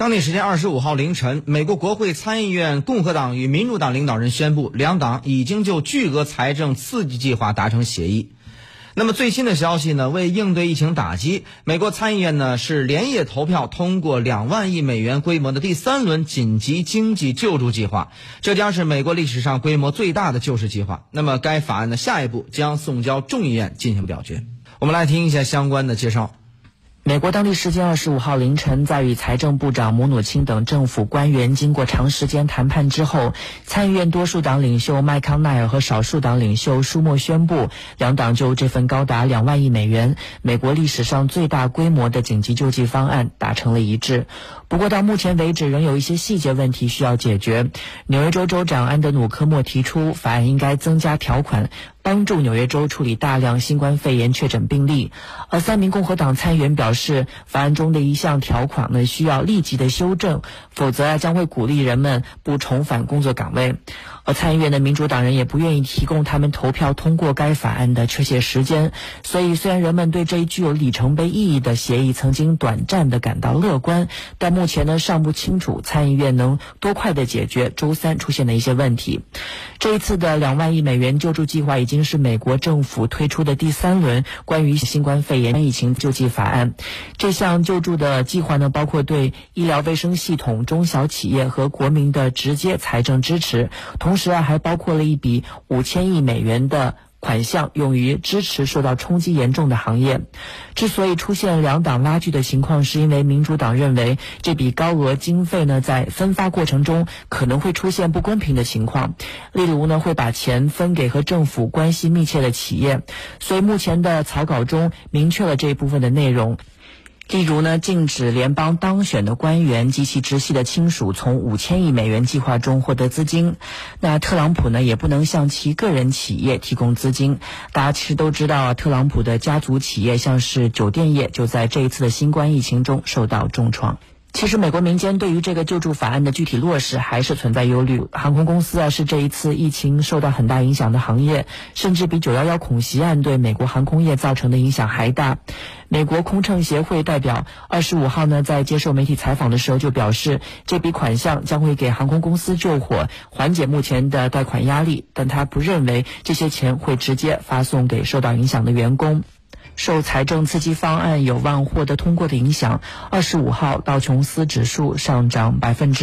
当地时间25号凌晨，美国国会参议院共和党与民主党领导人宣布，两党已经就巨额财政刺激计划达成协议。那么最新的消息呢，为应对疫情打击，美国参议院呢是连夜投票通过2万亿美元规模的第3轮紧急经济救助计划，这将是美国历史上规模最大的救市计划。那么该法案的下一步将送交众议院进行表决。我们来听一下相关的介绍。 美国当地时间25号凌晨，在与财政部长姆努钦等政府官员经过长时间谈判之后，参议院多数党领袖麦康奈尔和少数党领袖舒默宣布，两党就这份高达2万亿美元、美国历史上最大规模的紧急救济方案达成了一致。不过到目前为止，仍有一些细节问题需要解决。纽约州州长安德努科莫提出，法案应该增加条款，帮助纽约州处理大量新冠肺炎确诊病例。而3名共和党参议员表示，法案中的一项条款呢需要立即的修正，否则将会鼓励人们不重返工作岗位。而参议院的民主党人也不愿意提供他们投票通过该法案的确切时间，所以虽然人们对这一具有里程碑意义的协议曾经短暂的感到乐观，但目前呢尚不清楚参议院能多快的解决周三出现的一些问题。这一次的2万亿美元救助计划已经是美国政府推出的第3轮关于新冠肺炎疫情救济法案。这项救助的计划呢，包括对医疗卫生系统、中小企业和国民的直接财政支持，同时还包括了一笔5000亿美元的款项用于支持受到冲击严重的行业。之所以出现两党拉锯的情况，是因为民主党认为这笔高额经费呢，在分发过程中可能会出现不公平的情况，例如呢会把钱分给和政府关系密切的企业，所以目前的草稿中明确了这一部分的内容。例如呢，禁止联邦当选的官员及其直系的亲属从5000亿美元计划中获得资金。那特朗普呢，也不能向其个人企业提供资金。大家其实都知道啊，特朗普的家族企业像是酒店业，就在这一次的新冠疫情中受到重创。其实美国民间对于这个救助法案的具体落实还是存在忧虑。航空公司是这一次疫情受到很大影响的行业，甚至比911恐袭案对美国航空业造成的影响还大。美国空乘协会代表25号呢，在接受媒体采访的时候就表示，这笔款项将会给航空公司救火，缓解目前的贷款压力，但他不认为这些钱会直接发送给受到影响的员工。受财政刺激方案有望获得通过的影响，25号道琼斯指数上涨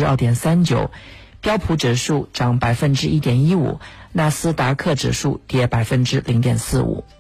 2.39%， 标普指数涨 1.15%， 纳斯达克指数跌 0.45%。